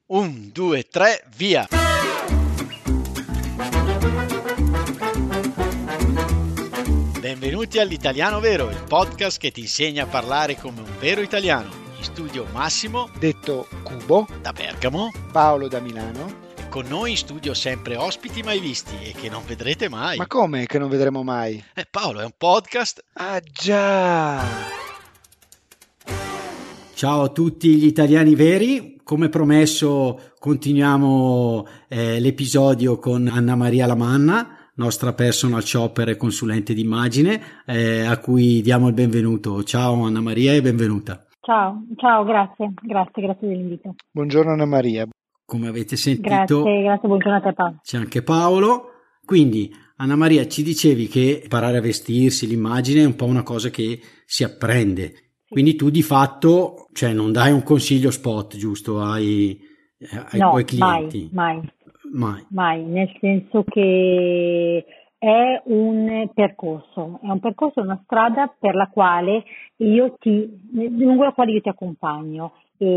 1, 2, 3, via! Benvenuti all'Italiano Vero, il podcast che ti insegna a parlare come un vero italiano. In studio Massimo, detto Cubo, da Bergamo, Paolo da Milano. Con noi in studio sempre ospiti mai visti e che non vedrete mai. Ma come che non vedremo mai? Paolo, è un podcast. Ah già! Ciao a tutti gli italiani veri, come promesso continuiamo l'episodio con Anna Maria Lamanna, nostra personal shopper e consulente d'immagine, a cui diamo il benvenuto. Ciao Anna Maria e benvenuta. Ciao, grazie dell'invito. Buongiorno Anna Maria. Come avete sentito, grazie, buongiorno a te Paolo. C'è anche Paolo. Quindi Anna Maria, ci dicevi che imparare a vestirsi, l'immagine è un po' una cosa che si apprende. Quindi tu di fatto, cioè, non dai un consiglio spot, giusto, ai tuoi clienti? Mai, nel senso che è un percorso, una strada per la quale lungo la quale io ti accompagno,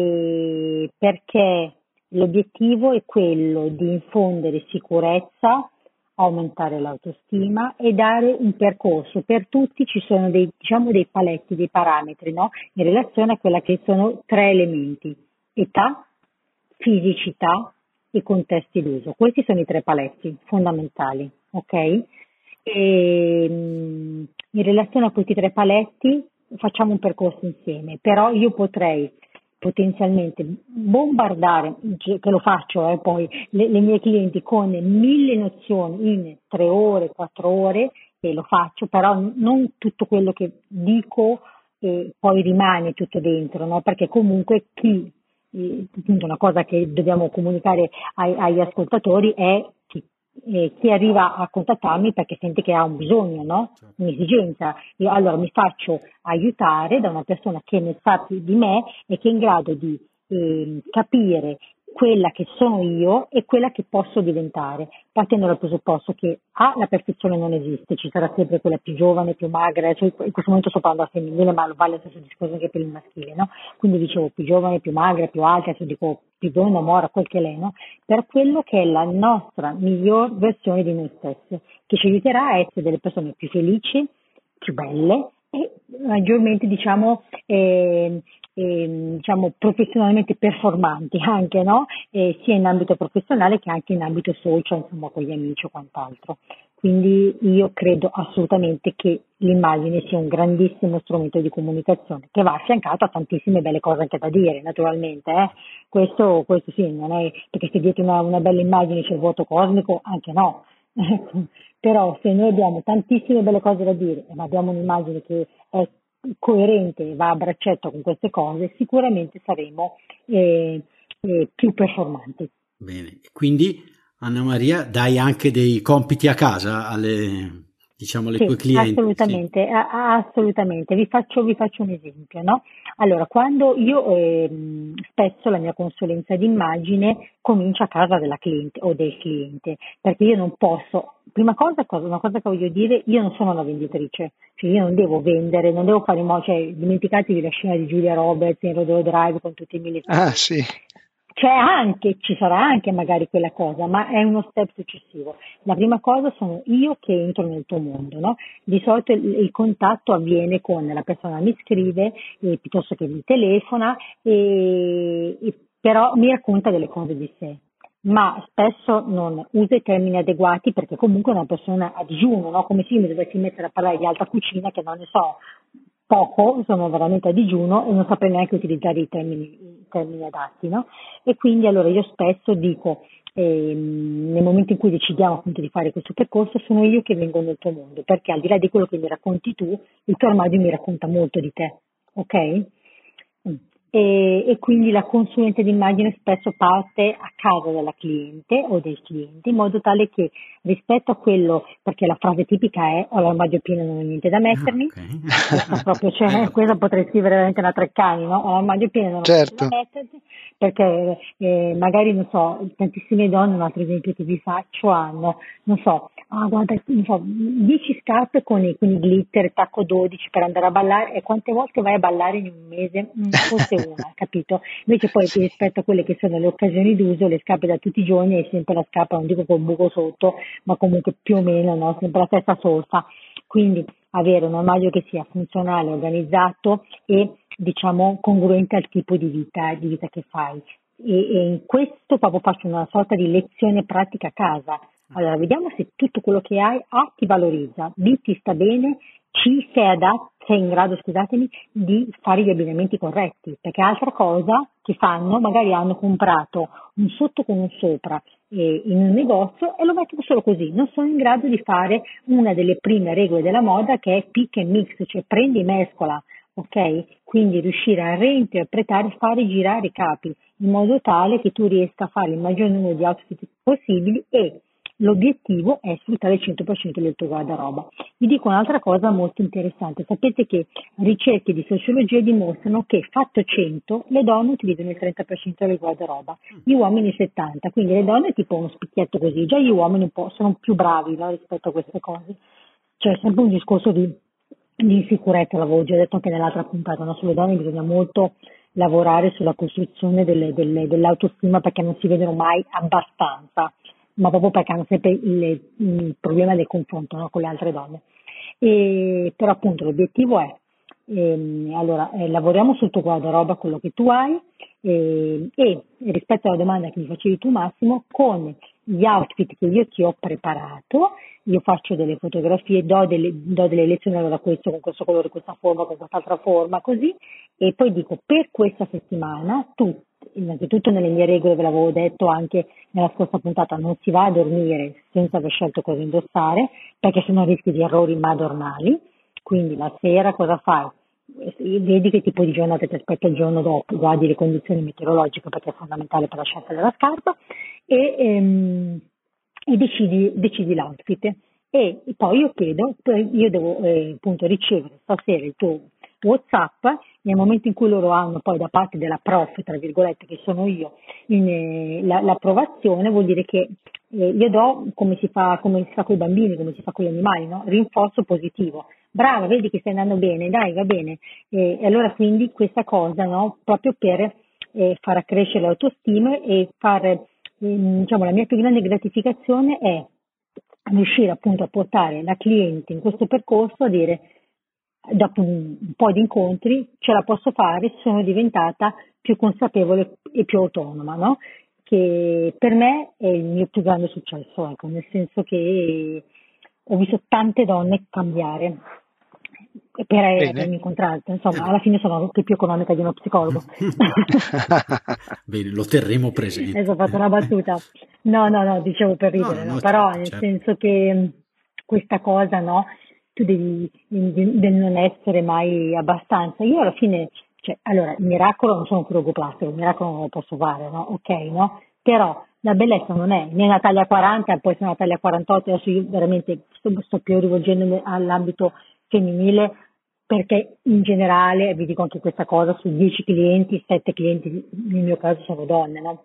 perché l'obiettivo è quello di infondere sicurezza, aumentare l'autostima e dare un percorso. Per tutti ci sono dei paletti, dei parametri, no? In relazione a quella che sono 3 elementi: età, fisicità e contesti d'uso. Questi sono i 3 paletti fondamentali, ok? E in relazione a questi 3 paletti facciamo un percorso insieme, però io potrei potenzialmente bombardare, che lo faccio poi, le mie clienti con 1000 nozioni in 3 ore, 4 ore, e lo faccio, però non tutto quello che dico poi rimane tutto dentro, no? Perché comunque appunto una cosa che dobbiamo comunicare agli ascoltatori è chi arriva a contattarmi perché sente che ha un bisogno, no? Un'esigenza. Io allora mi faccio aiutare da una persona che ne sa più di me e che è in grado di capire quella che sono io e quella che posso diventare, partendo dal presupposto che la perfezione non esiste, ci sarà sempre quella più giovane, più magra, cioè in questo momento sto parlando al femminile, ma vale lo stesso discorso anche per il maschile, no? Quindi dicevo più giovane, più magra, più alta, adesso dico più donna, mora, quel che lei, no? Per quello che è la nostra miglior versione di noi stesse, che ci aiuterà a essere delle persone più felici, più belle e maggiormente professionalmente performanti anche, no? Sia in ambito professionale che anche in ambito social, insomma, con gli amici o quant'altro. Quindi io credo assolutamente che l'immagine sia un grandissimo strumento di comunicazione che va affiancato a tantissime belle cose anche da dire, naturalmente. Questo sì, non è perché se dietro una bella immagine c'è il vuoto cosmico, anche no. Però se noi abbiamo tantissime belle cose da dire, ma abbiamo un'immagine che è coerente, va a braccetto con queste cose, sicuramente saremo più performanti. Bene, quindi Anna Maria, dai anche dei compiti a casa alle tue clienti? Assolutamente, sì. Assolutamente. Vi faccio un esempio, no? Allora, quando io spesso la mia consulenza d'immagine comincia a casa della cliente o del cliente, perché io non posso, una cosa che voglio dire, io non sono una venditrice, cioè io non devo vendere, non devo fare dimenticatevi la scena di Julia Roberts in Rodeo Drive con tutti i militari. Ah, sì. Ci sarà anche magari quella cosa, ma è uno step successivo. La prima cosa sono io che entro nel tuo mondo, no? Di solito il contatto avviene con la persona mi scrive, piuttosto che mi telefona, però mi racconta delle cose di sé. Ma spesso non usa i termini adeguati perché comunque è una persona a digiuno, no? Come se io mi dovessi mettere a parlare di alta cucina che non ne so poco, sono veramente a digiuno e non saprei neanche utilizzare i termini adatti, no? E quindi allora io spesso dico, nel momento in cui decidiamo appunto di fare questo percorso, sono io che vengo nel tuo mondo, perché al di là di quello che mi racconti tu, il tuo armadio mi racconta molto di te, ok? E quindi la consulente d'immagine spesso parte a casa della cliente o del cliente in modo tale che rispetto a quello, perché la frase tipica è ho l'armadio pieno e non ho niente da mettermi, questa potrei scrivere veramente una Treccani, no? Ho l'armadio pieno e non ho niente da mettermi, perché magari non so, tantissime donne, un altro esempio che vi faccio, hanno, non so, guarda, non so, 10 scarpe con i glitter, tacco 12 per andare a ballare, e quante volte vai a ballare in un mese? Forse una, capito? Invece poi rispetto a quelle che sono le occasioni d'uso, le scarpe da tutti i giorni è sempre la scarpa, non dico col buco sotto, ma comunque più o meno, no? Sempre la stessa solfa. Quindi avere un armadio che sia funzionale, organizzato e diciamo congruente al tipo di vita che fai. E in questo proprio faccio una sorta di lezione pratica a casa. Allora, vediamo se tutto quello che hai A ti valorizza, B ti sta bene, C sei in grado, scusatemi, di fare gli abbinamenti corretti, perché altra cosa che fanno, magari hanno comprato un sotto con un sopra in un negozio e lo mettono solo così, non sono in grado di fare una delle prime regole della moda che è pick and mix, cioè prendi e mescola, ok? Quindi riuscire a reinterpretare, fare girare i capi in modo tale che tu riesca a fare il maggior numero di outfit possibili e l'obiettivo è sfruttare il 100% del tuo guardaroba. Vi dico un'altra cosa molto interessante, sapete che ricerche di sociologia dimostrano che fatto 100 le donne utilizzano il 30% del guardaroba, gli uomini il 70%, quindi le donne tipo uno spicchietto così, già gli uomini un po' sono più bravi, no, rispetto a queste cose. Cioè è sempre un discorso di insicurezza, l'avevo già detto anche nell'altra puntata, no? Sulle donne bisogna molto lavorare sulla costruzione dell'autostima perché non si vedono mai abbastanza, ma proprio perché hanno sempre il problema del confronto, no, con le altre donne. Però appunto l'obiettivo è lavoriamo sul tuo guardaroba, quello che tu hai, e rispetto alla domanda che mi facevi tu Massimo, con gli outfit che io ti ho preparato, io faccio delle fotografie, do delle lezioni, allora questo con questo colore, questa forma, con quest'altra forma, così, e poi dico per questa settimana tu, innanzitutto nelle mie regole, ve l'avevo detto anche nella scorsa puntata, non si va a dormire senza aver scelto cosa indossare, perché sennò rischi di errori madornali. Quindi la sera cosa fai? Vedi che tipo di giornata ti aspetta il giorno dopo, guardi le condizioni meteorologiche perché è fondamentale per la scelta della scarpa e decidi l'outfit. E poi io devo appunto ricevere stasera il tuo WhatsApp nel momento in cui loro hanno poi da parte della prof, tra virgolette, che sono io, l'approvazione, vuol dire che io do come si fa con i bambini, come si fa con gli animali, no? Rinforzo positivo. Brava, vedi che stai andando bene, dai, va bene. E allora quindi questa cosa, no? Proprio per far accrescere l'autostima e diciamo, la mia più grande gratificazione è riuscire appunto a portare la cliente in questo percorso a dire, dopo un po' di incontri, ce la posso fare, sono diventata più consapevole e più autonoma, no? Che per me è il mio più grande successo, ecco, nel senso che ho visto tante donne cambiare per avermi incontrato, insomma, alla fine sono anche più economica di uno psicologo. Bene, lo terremo presente. Adesso ho fatto una battuta. No, dicevo per ridere, no, però certo, nel senso che questa cosa, no, tu devi del non essere mai abbastanza. Io alla fine, allora, il miracolo non sono un chirurgo plastico, il miracolo non lo posso fare, no? Ok, no? Però la bellezza non è né una taglia 40 e poi sono una taglia 48, adesso io veramente sto più rivolgendomi all'ambito femminile, perché in generale, vi dico anche questa cosa, su 10 clienti, 7 clienti nel mio caso sono donne, no?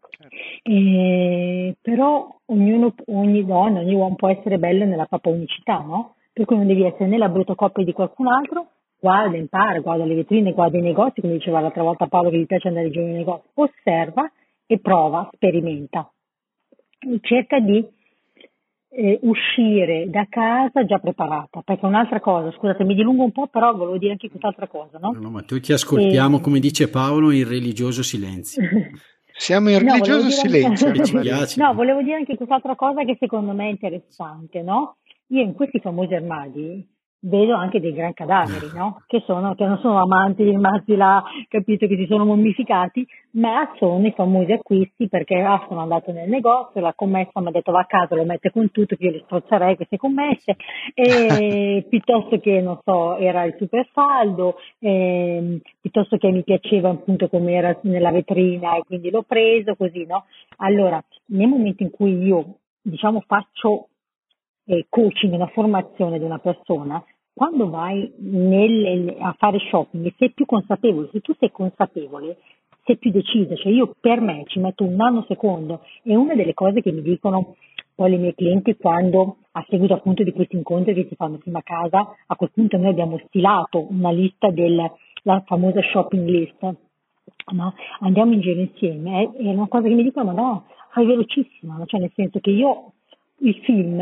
Però ogni donna, ogni uomo può essere bello nella propria unicità, no? Per cui non devi essere né la brutta coppia di qualcun altro, guarda, impara, guarda le vetrine, guarda i negozi, come diceva l'altra volta Paolo che gli piace andare in giro nei negozi, osserva e prova, sperimenta. E cerca di uscire da casa già preparata, perché un'altra cosa, scusate mi dilungo un po', però volevo dire anche quest'altra cosa, no? No, ma tu ti ascoltiamo, come dice Paolo, in religioso silenzio. Siamo in religioso silenzio. No, volevo dire anche quest'altra cosa che secondo me è interessante, no? Io in questi famosi armadi vedo anche dei gran cadaveri, no? Che non sono amanti rimasti là, capito, che si sono mummificati, ma sono i famosi acquisti perché sono andato nel negozio, la commessa mi ha detto va a casa, lo mette con tutto, che io le strozzerei queste commesse, e piuttosto che, non so, era il super saldo, piuttosto che mi piaceva appunto come era nella vetrina e quindi l'ho preso, così, no? Allora, nel momento in cui io, diciamo, faccio coaching, una formazione di una persona, quando vai a fare shopping sei più consapevole, se tu sei consapevole sei più decisa, cioè io per me ci metto un nanosecondo, e una delle cose che mi dicono poi le mie clienti quando a seguito appunto di questi incontri che si fanno prima a casa, a quel punto noi abbiamo stilato una lista la famosa shopping list, no? Andiamo in giro insieme, è una cosa che mi dicono, ma no, fai velocissima, no? Cioè nel senso che io il film,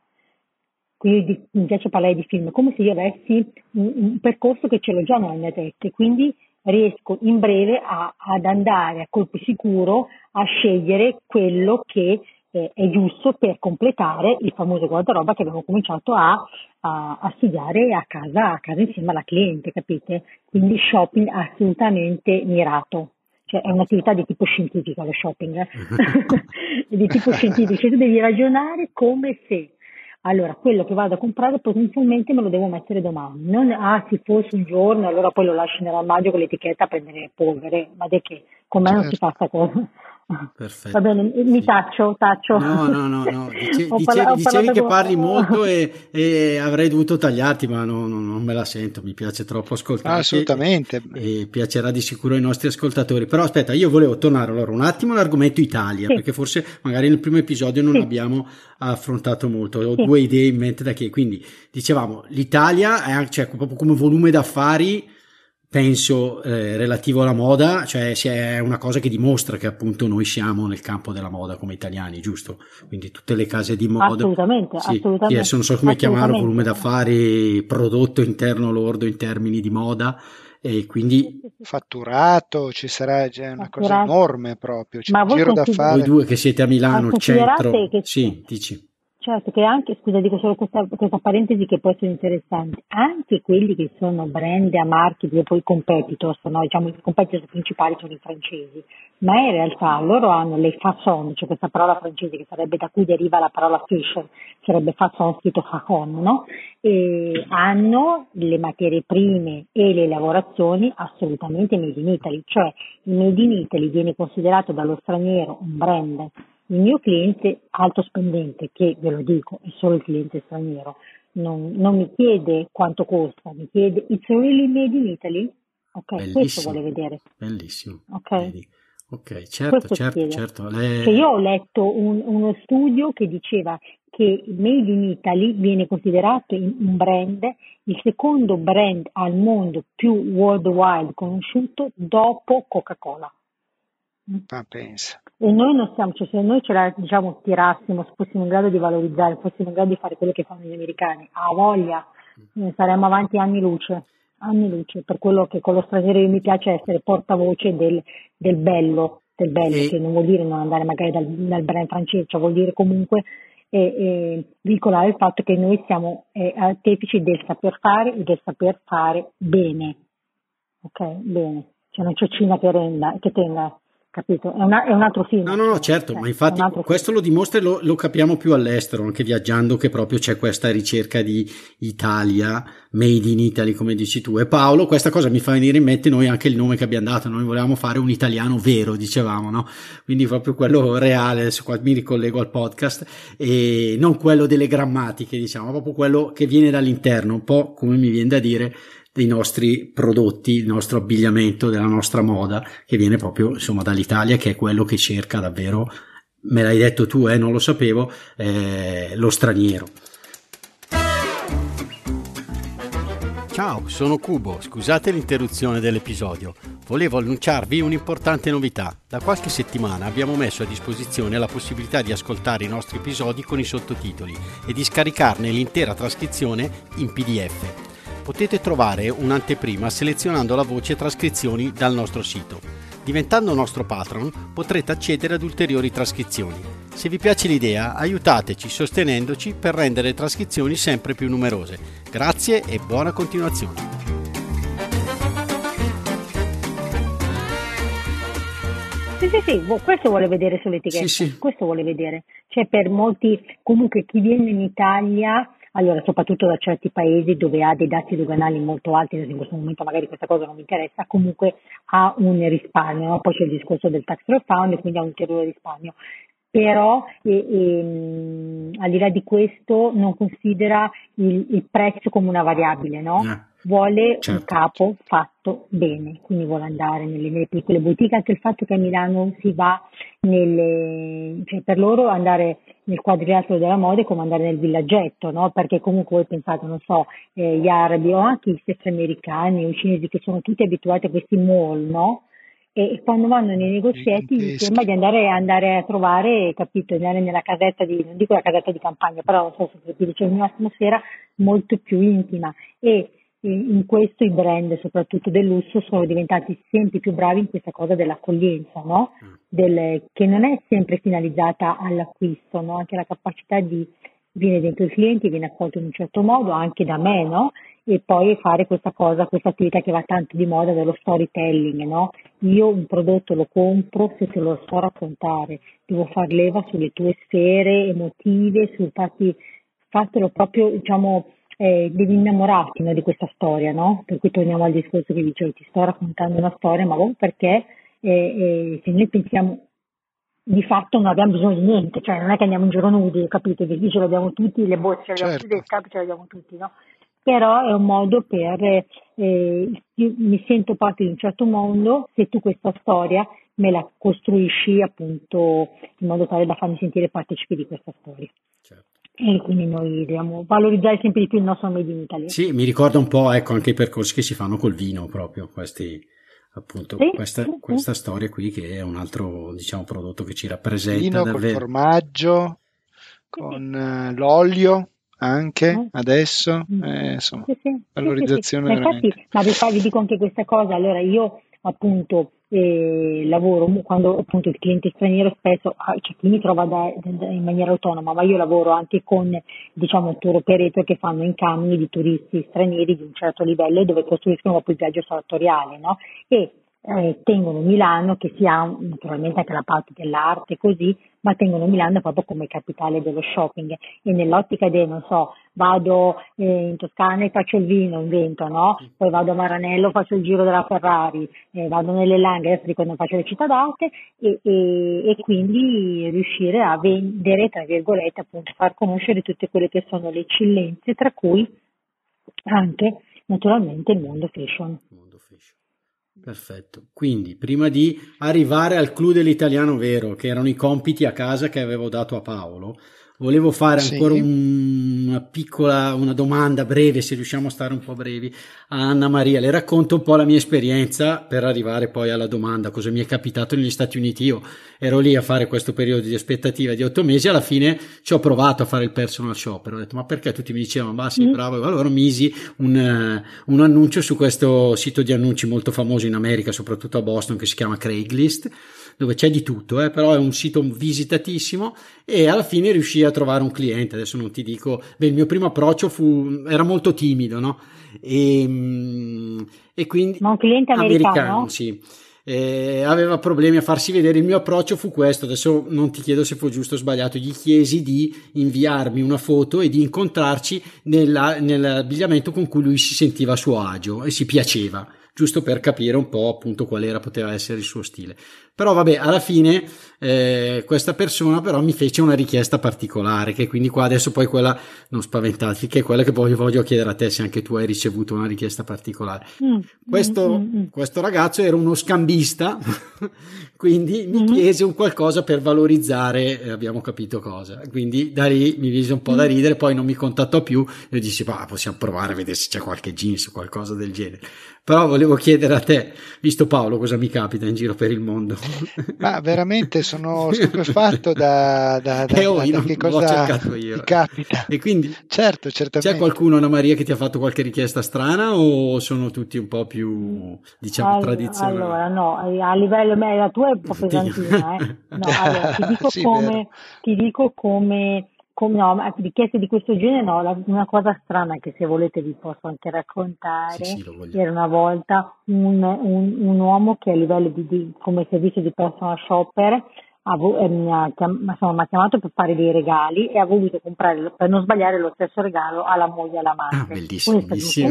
quindi mi piace parlare di film, come se io avessi un percorso che ce l'ho già nella mia testa e quindi riesco in breve ad andare a colpo sicuro a scegliere quello che è giusto per completare il famoso guardaroba che abbiamo cominciato a studiare a casa insieme alla cliente, capite? Quindi shopping assolutamente mirato. Cioè è un'attività di tipo scientifico lo shopping, di tipo scientifico, cioè tu devi ragionare come se allora quello che vado a comprare potenzialmente me lo devo mettere domani, non se fosse un giorno allora poi lo lascio nell'armadio con l'etichetta a prendere polvere, ma di che? Con me non si fa sta cosa. Perfetto. Va bene, mi Sì. taccio. No. Dicevi che parli molto e avrei dovuto tagliarti, ma non me la sento, mi piace troppo ascoltarti. Assolutamente. E piacerà di sicuro ai nostri ascoltatori. Però aspetta, io volevo tornare allora un attimo all'argomento Italia, Sì. perché forse magari nel primo episodio non Sì. abbiamo affrontato molto. Ho Sì. due idee in mente da che, quindi dicevamo l'Italia è anche, cioè, proprio come volume d'affari. Penso relativo alla moda, cioè è una cosa che dimostra che appunto noi siamo nel campo della moda come italiani, giusto? Quindi tutte le case di moda, assolutamente. adesso non so come chiamarlo, volume d'affari, prodotto interno lordo in termini di moda, e quindi fatturato, ci sarà già una cosa enorme proprio, c'è un giro da fare. Voi due che siete a Milano, il centro, sì, dici. Certo, che anche, scusa, dico solo questa parentesi che può essere interessante, anche quelli che sono brand a marchi, poi i competitors, no? Diciamo i competitors principali sono i francesi, ma in realtà loro hanno le façon, cioè questa parola francese che sarebbe da cui deriva la parola fashion, sarebbe façon scritto facon, no? E hanno le materie prime e le lavorazioni assolutamente made in Italy, cioè il made in Italy viene considerato dallo straniero un brand. Il mio cliente alto spendente, che ve lo dico, è solo il cliente straniero, non mi chiede quanto costa, mi chiede it's really made in Italy? Ok, bellissimo, questo vuole vedere. Bellissimo. Ok, certo. Cioè io ho letto uno studio che diceva che Made in Italy viene considerato un brand, il secondo brand al mondo più worldwide conosciuto dopo Coca-Cola. Pensa. E noi non siamo, cioè se noi ce la tirassimo, se fossimo in grado di valorizzare, fossimo in grado di fare quello che fanno gli americani, a voglia, saremmo avanti anni luce, per quello che con lo straniero io mi piace essere portavoce del bello, che non vuol dire non andare magari dal brand francese, cioè vuol dire comunque vincolare il fatto che noi siamo artefici del saper fare e del saper fare bene, ok? Bene, cioè non c'è Cina che tenga. Capito? È un altro film. No, certo, ma infatti questo lo dimostra e lo capiamo più all'estero, anche viaggiando, che proprio c'è questa ricerca di Italia, made in Italy, come dici tu. E Paolo, questa cosa mi fa venire in mente noi anche il nome che abbiamo dato, noi volevamo fare un italiano vero, dicevamo, no? Quindi proprio quello reale, adesso qua mi ricollego al podcast, e non quello delle grammatiche, diciamo, proprio quello che viene dall'interno, un po' come mi viene da dire dei nostri prodotti, il nostro abbigliamento, della nostra moda, che viene proprio insomma dall'Italia, che è quello che cerca davvero, me l'hai detto tu, non lo sapevo, lo straniero. Ciao, sono Cubo, scusate l'interruzione dell'episodio. Volevo annunciarvi un'importante novità. Da qualche settimana abbiamo messo a disposizione la possibilità di ascoltare i nostri episodi con i sottotitoli e di scaricarne l'intera trascrizione in PDF. Potete trovare un'anteprima selezionando la voce trascrizioni dal nostro sito. Diventando nostro patron potrete accedere ad ulteriori trascrizioni. Se vi piace l'idea, aiutateci sostenendoci per rendere le trascrizioni sempre più numerose. Grazie e buona continuazione. Sì, questo vuole vedere sull'etichetta, sì. Questo vuole vedere. Cioè per molti, comunque chi viene in Italia, allora soprattutto da certi paesi dove ha dei dazi doganali molto alti, in questo momento magari questa cosa non mi interessa, comunque ha un risparmio, no? Poi c'è il discorso del tax refund e quindi ha un ulteriore risparmio. Però al di là di questo non considera il prezzo come una variabile, no? Vuole un capo fatto bene, quindi vuole andare nelle piccole boutique, anche il fatto che a Milano si va cioè per loro andare nel quadrilatero della moda è come andare nel villaggetto, no? Perché comunque voi pensate, non so, gli arabi o anche gli stessi americani o i cinesi che sono tutti abituati a questi mall, no? e quando vanno nei negozietti mi sembra di andare a trovare, capito, andare nella casetta non dico la casetta di campagna, però non so se ti dice, un'atmosfera molto più intima, e in questo i brand, soprattutto del lusso, sono diventati sempre più bravi in questa cosa dell'accoglienza, no? Che non è sempre finalizzata all'acquisto, no? Anche la capacità di viene dentro i clienti, viene accolto in un certo modo, anche da me, no? E poi fare questa attività che va tanto di moda dello storytelling, no? Io un prodotto lo compro se te lo so raccontare, devo far leva sulle tue sfere emotive, fatelo proprio, diciamo, devi innamorarti, no, di questa storia, no? Per cui torniamo al discorso che dicevo, ti sto raccontando una storia, ma perché se noi pensiamo, di fatto non abbiamo bisogno di niente, cioè non è che andiamo in giro nudi, capite? I vestiti ce li abbiamo tutti, le borse ce le abbiamo tutti, le scarpe ce le abbiamo tutti, no? Però è un modo per, mi sento parte di un certo mondo se tu questa storia me la costruisci appunto in modo tale da farmi sentire partecipi di questa storia. Certo. E quindi noi dobbiamo valorizzare sempre di più il nostro Made in Italy. Sì, mi ricorda un po', ecco, anche i percorsi che si fanno col vino proprio, appunto, questa storia qui, che è un altro, diciamo, prodotto che ci rappresenta vino davvero. Col formaggio, con l'olio anche adesso, insomma, valorizzazione veramente. Ma vi dico anche questa cosa, allora io appunto lavoro quando appunto il cliente straniero spesso c'è chi mi trova in maniera autonoma, ma io lavoro anche con, diciamo, tour operator che fanno incoming di turisti stranieri di un certo livello, dove costruiscono poi il viaggio sartoriale, no? E tengono Milano, che si ha naturalmente anche la parte dell'arte così, ma tengono Milano proprio come capitale dello shopping, e nell'ottica non so, vado in Toscana e faccio il vino, invento, no? Poi vado a Maranello, faccio il giro della Ferrari, vado nelle Langhe, adesso dico non faccio le città d'arte, e quindi riuscire a vendere, tra virgolette, appunto far conoscere tutte quelle che sono le eccellenze, tra cui anche naturalmente il mondo fashion. Perfetto, quindi prima di arrivare al clou dell'italiano vero, che erano i compiti a casa che avevo dato a Paolo, volevo fare ancora una domanda breve, se riusciamo a stare un po' brevi, a Anna Maria. Le racconto un po' la mia esperienza per arrivare poi alla domanda, cosa mi è capitato negli Stati Uniti. Io ero lì a fare questo periodo di aspettativa di 8 mesi, alla fine ci ho provato a fare il personal shopper, ho detto ma perché tutti mi dicevano ma sì bravo, allora misi un annuncio su questo sito di annunci molto famoso in America, soprattutto a Boston, che si chiama Craigslist, dove c'è di tutto, però è un sito visitatissimo, e alla fine riuscii a trovare un cliente. Adesso non ti dico, il mio primo approccio era molto timido, no? E quindi ma un cliente americano? Sì. Aveva problemi a farsi vedere. Il mio approccio fu questo, adesso non ti chiedo se fu giusto o sbagliato, gli chiesi di inviarmi una foto e di incontrarci nell'abbigliamento con cui lui si sentiva a suo agio e si piaceva, giusto per capire un po' appunto poteva essere il suo stile. Però vabbè, alla fine questa persona però mi fece una richiesta particolare, che quindi qua adesso poi quella, non spaventarti, che è quella che voglio chiedere a te, se anche tu hai ricevuto una richiesta particolare. Questo ragazzo era uno scambista quindi mi chiese un qualcosa per valorizzare, abbiamo capito cosa, quindi da lì mi mise un po' da ridere, poi non mi contattò più, io dissi possiamo provare a vedere se c'è qualche jeans o qualcosa del genere. Però volevo chiedere a te, visto Paolo, cosa mi capita in giro per il mondo. Ma veramente sono stupefatto da che cosa ti capita. E quindi certo, certamente. C'è qualcuno, Anna Maria, che ti ha fatto qualche richiesta strana, o sono tutti un po' più, diciamo, tradizionali? Allora no, a livello la tua è un po' pesantina, No, allora, ti dico come no, richieste di questo genere no, una cosa strana che se volete vi posso anche raccontare. Sì, era una volta un uomo che a livello di come servizio di personal shopper mi ha chiamato per fare dei regali e ha voluto comprare, per non sbagliare, lo stesso regalo alla moglie e all'amante. Bellissimo. Se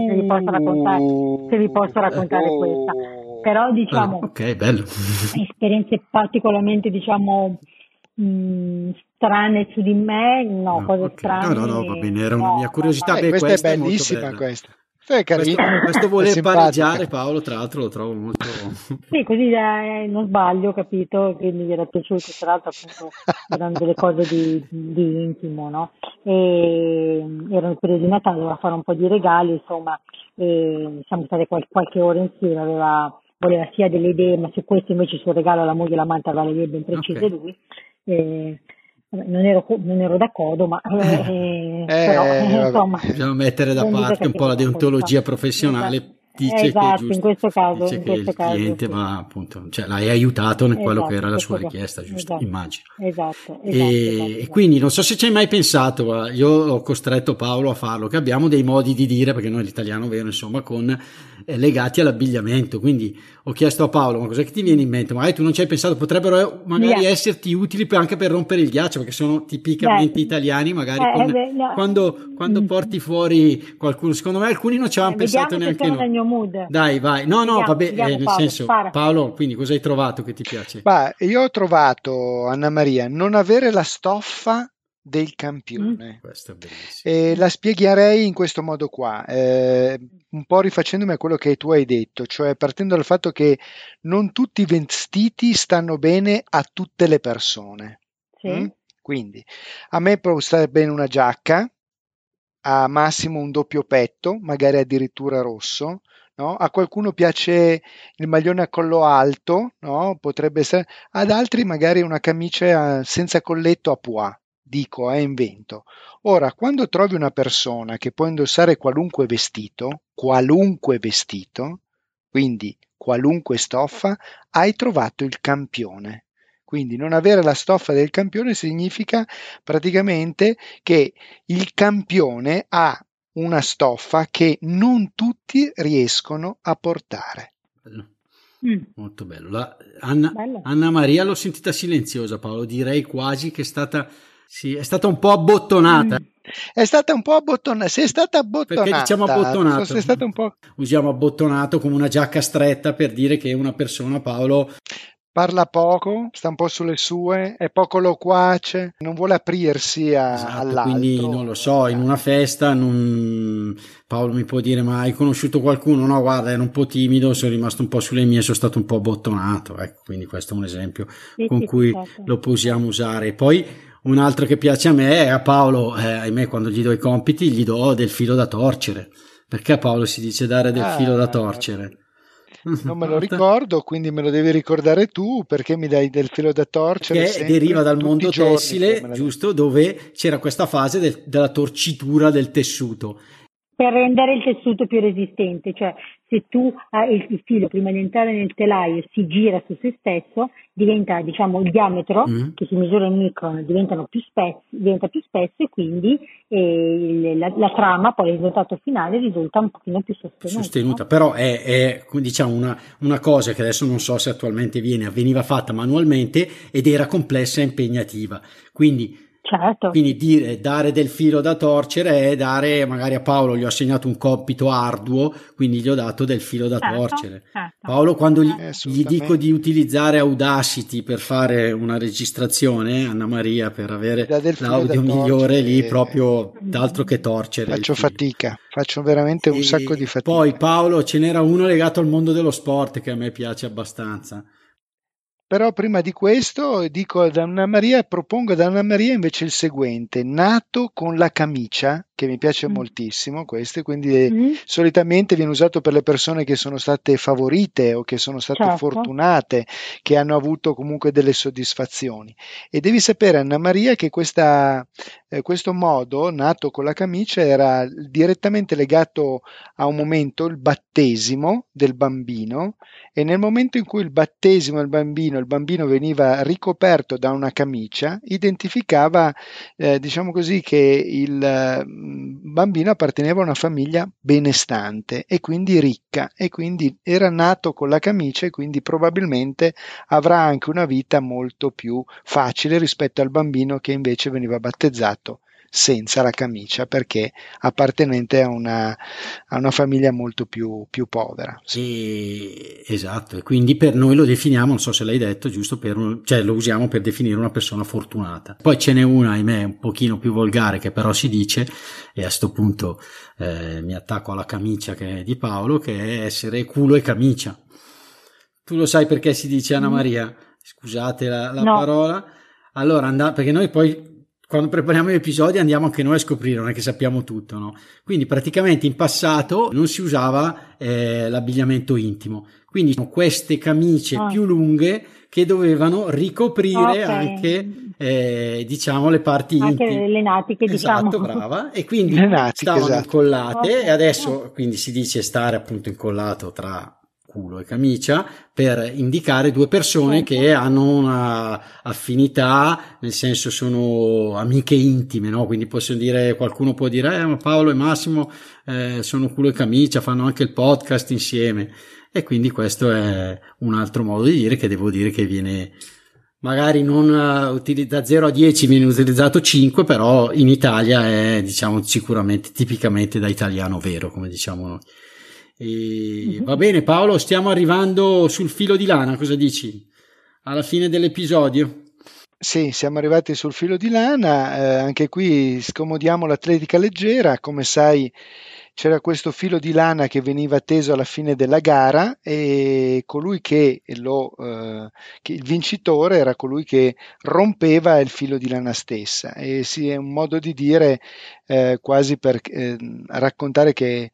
vi posso raccontare questa. Però diciamo ok, bello. Esperienze particolarmente diciamo strane su di me, cose strane. No, va bene, era una mia curiosità. Questa è bellissima, questa. Questo voler pareggiare, Paolo, tra l'altro lo trovo molto sì, così non sbaglio, capito, quindi gli era piaciuto, tra l'altro appunto erano delle cose di intimo, no? E era il periodo di Natale, doveva fare un po' di regali, insomma, e siamo state qualche ora insieme, aveva voleva sia delle idee, ma su questo invece sul regalo alla moglie la manta vale dire ben precise lui. Non ero d'accordo, ma però insomma bisogna mettere da parte un po' la deontologia professionale. Dice esatto, che giusto, in questo caso, dice che il cliente va appunto, cioè l'hai aiutato in quello che era la sua richiesta, giusto? Immagino. Esatto. E quindi non so se ci hai mai pensato, ma io ho costretto Paolo a farlo, che abbiamo dei modi di dire, perché noi l'italiano vero, insomma, con legati all'abbigliamento. Quindi ho chiesto a Paolo, ma cos'è che ti viene in mente? Magari tu non ci hai pensato, potrebbero magari esserti utili anche per rompere il ghiaccio, perché sono tipicamente italiani, magari quando porti fuori qualcuno, secondo me alcuni non ci avevano pensato neanche noi. Mood. Dai, vai. No, vabbè, nel senso, Paolo, quindi cosa hai trovato che ti piace? Io ho trovato, Anna Maria, non avere la stoffa del campione. Questo è bellissimo. La spiegherei in questo modo qua, un po' rifacendomi a quello che tu hai detto, cioè partendo dal fatto che non tutti i vestiti stanno bene a tutte le persone. Sì. Quindi a me può stare bene una giacca, a massimo un doppio petto, magari addirittura rosso. No? A qualcuno piace il maglione a collo alto, no? Potrebbe essere, ad altri magari una camicia senza colletto a pois, dico, invento. Ora, quando trovi una persona che può indossare qualunque vestito, quindi qualunque stoffa, hai trovato il campione. Quindi non avere la stoffa del campione significa praticamente che il campione ha una stoffa che non tutti riescono a portare. Bello. Molto bello. Anna Maria l'ho sentita silenziosa, Paolo, direi quasi che è stata un po' abbottonata. È stata un po' abbottonata, sei stata abbottonata. Perché diciamo abbottonato? Sei stata un po'... Usiamo abbottonato come una giacca stretta per dire che una persona, Paolo... Parla poco, sta un po' sulle sue, è poco loquace, non vuole aprirsi all'altro. Quindi non lo so, in una festa Paolo mi può dire: ma hai conosciuto qualcuno? No, guarda, ero un po' timido, sono rimasto un po' sulle mie, sono stato un po' abbottonato. Ecco, quindi questo è un esempio con cui lo possiamo usare. Poi un altro che piace a me è a Paolo, ahimè, quando gli do i compiti gli do del filo da torcere. Perché a Paolo si dice dare del filo da torcere? Non me lo ricordo, quindi me lo devi ricordare tu, perché mi dai del filo da torcere. Che deriva dal mondo tessile, giusto, dove c'era questa fase della torcitura del tessuto. Per rendere il tessuto più resistente, cioè se tu hai il filo prima di entrare nel telaio si gira su se stesso, diventa, diciamo, il diametro che si misura in micron diventa più spesso e quindi la trama, poi il risultato finale risulta un pochino più sostenuta. No? Però è diciamo una cosa che adesso non so se attualmente avveniva fatta manualmente ed era complessa e impegnativa, quindi dare del filo da torcere è dare, magari a Paolo gli ho assegnato un compito arduo, quindi gli ho dato del filo da torcere. Certo. Paolo, quando gli dico di utilizzare Audacity per fare una registrazione, Anna Maria, per avere l'audio migliore, lì proprio d'altro che torcere. Faccio veramente un sacco di fatica. Poi Paolo, ce n'era uno legato al mondo dello sport che a me piace abbastanza. Però prima di questo propongo ad Anna Maria invece il seguente: nato con la camicia, che mi piace moltissimo questo, quindi solitamente viene usato per le persone che sono state favorite o che sono state fortunate, che hanno avuto comunque delle soddisfazioni. E devi sapere, Anna Maria, che questo modo, nato con la camicia, era direttamente legato a un momento, il battesimo del bambino, e nel momento in cui il battesimo del bambino, il bambino veniva ricoperto da una camicia, identificava, diciamo così, che il bambino apparteneva a una famiglia benestante e quindi ricca, e quindi era nato con la camicia, e quindi probabilmente avrà anche una vita molto più facile rispetto al bambino che invece veniva battezzato senza la camicia, perché appartenente a una famiglia molto più povera. Esatto, e quindi per noi lo definiamo, non so se l'hai detto, giusto, lo usiamo per definire una persona fortunata. Poi ce n'è una, ahimè, un pochino più volgare, che però si dice, e a sto punto mi attacco alla camicia che è di Paolo, che è essere culo e camicia. Tu lo sai perché si dice, Anna Maria? Scusate la parola. Allora, perché noi poi quando prepariamo gli episodi andiamo anche noi a scoprire, non è che sappiamo tutto, no? Quindi praticamente in passato non si usava l'abbigliamento intimo, quindi queste camicie più lunghe che dovevano ricoprire anche diciamo le parti anche intime, le natiche, esatto, diciamo. brava, e quindi stavano esatto. incollate, e adesso quindi si dice stare appunto incollato tra culo e camicia per indicare due persone che hanno una affinità, nel senso sono amiche intime, no? Quindi qualcuno può dire ma Paolo e Massimo sono culo e camicia, fanno anche il podcast insieme, e quindi questo è un altro modo di dire, che devo dire che viene magari non da 0 a 10 viene utilizzato 5, però in Italia è, diciamo, sicuramente tipicamente da italiano vero, come diciamo noi. Va bene Paolo, stiamo arrivando sul filo di lana, cosa dici? Alla fine dell'episodio? Sì, siamo arrivati sul filo di lana, anche qui scomodiamo l'atletica leggera, come sai c'era questo filo di lana che veniva teso alla fine della gara, e colui che il vincitore era colui che rompeva il filo di lana stessa, e sì, è un modo di dire quasi per raccontare che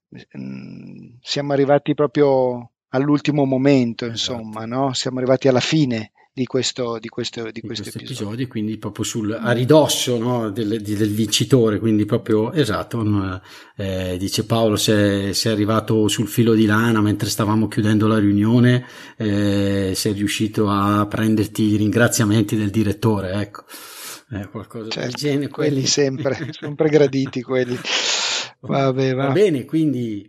siamo arrivati proprio all'ultimo momento, insomma, no? Siamo arrivati alla fine di questo episodio, quindi proprio a ridosso, no, del vincitore, quindi proprio esatto. Dice Paolo, se è arrivato sul filo di lana mentre stavamo chiudendo la riunione, sei riuscito a prenderti i ringraziamenti del direttore, ecco, qualcosa del genere. Quelli sempre graditi quelli. Vabbè, va bene, quindi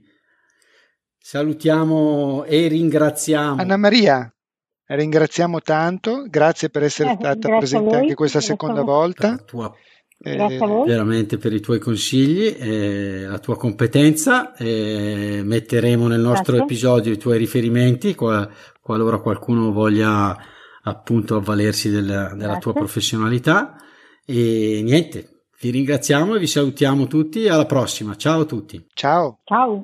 salutiamo e ringraziamo Anna Maria. Ringraziamo tanto, grazie per essere stata presente anche questa seconda volta. Grazie a voi. Veramente per i tuoi consigli, la tua competenza. Metteremo nel nostro episodio i tuoi riferimenti qualora qualcuno voglia appunto avvalersi della tua professionalità. E niente, vi ringraziamo e vi salutiamo tutti. Alla prossima, ciao a tutti. Ciao.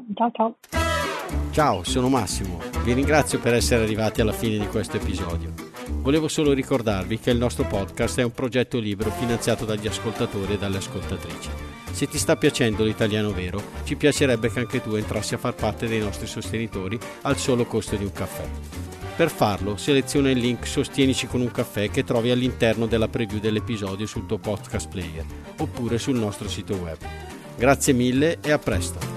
Ciao, sono Massimo, vi ringrazio per essere arrivati alla fine di questo episodio. Volevo solo ricordarvi che il nostro podcast è un progetto libero finanziato dagli ascoltatori e dalle ascoltatrici. Se ti sta piacendo l'italiano vero, ci piacerebbe che anche tu entrassi a far parte dei nostri sostenitori al solo costo di un caffè. Per farlo, seleziona il link Sostienici con un caffè che trovi all'interno della preview dell'episodio sul tuo podcast player oppure sul nostro sito web. Grazie mille e a presto!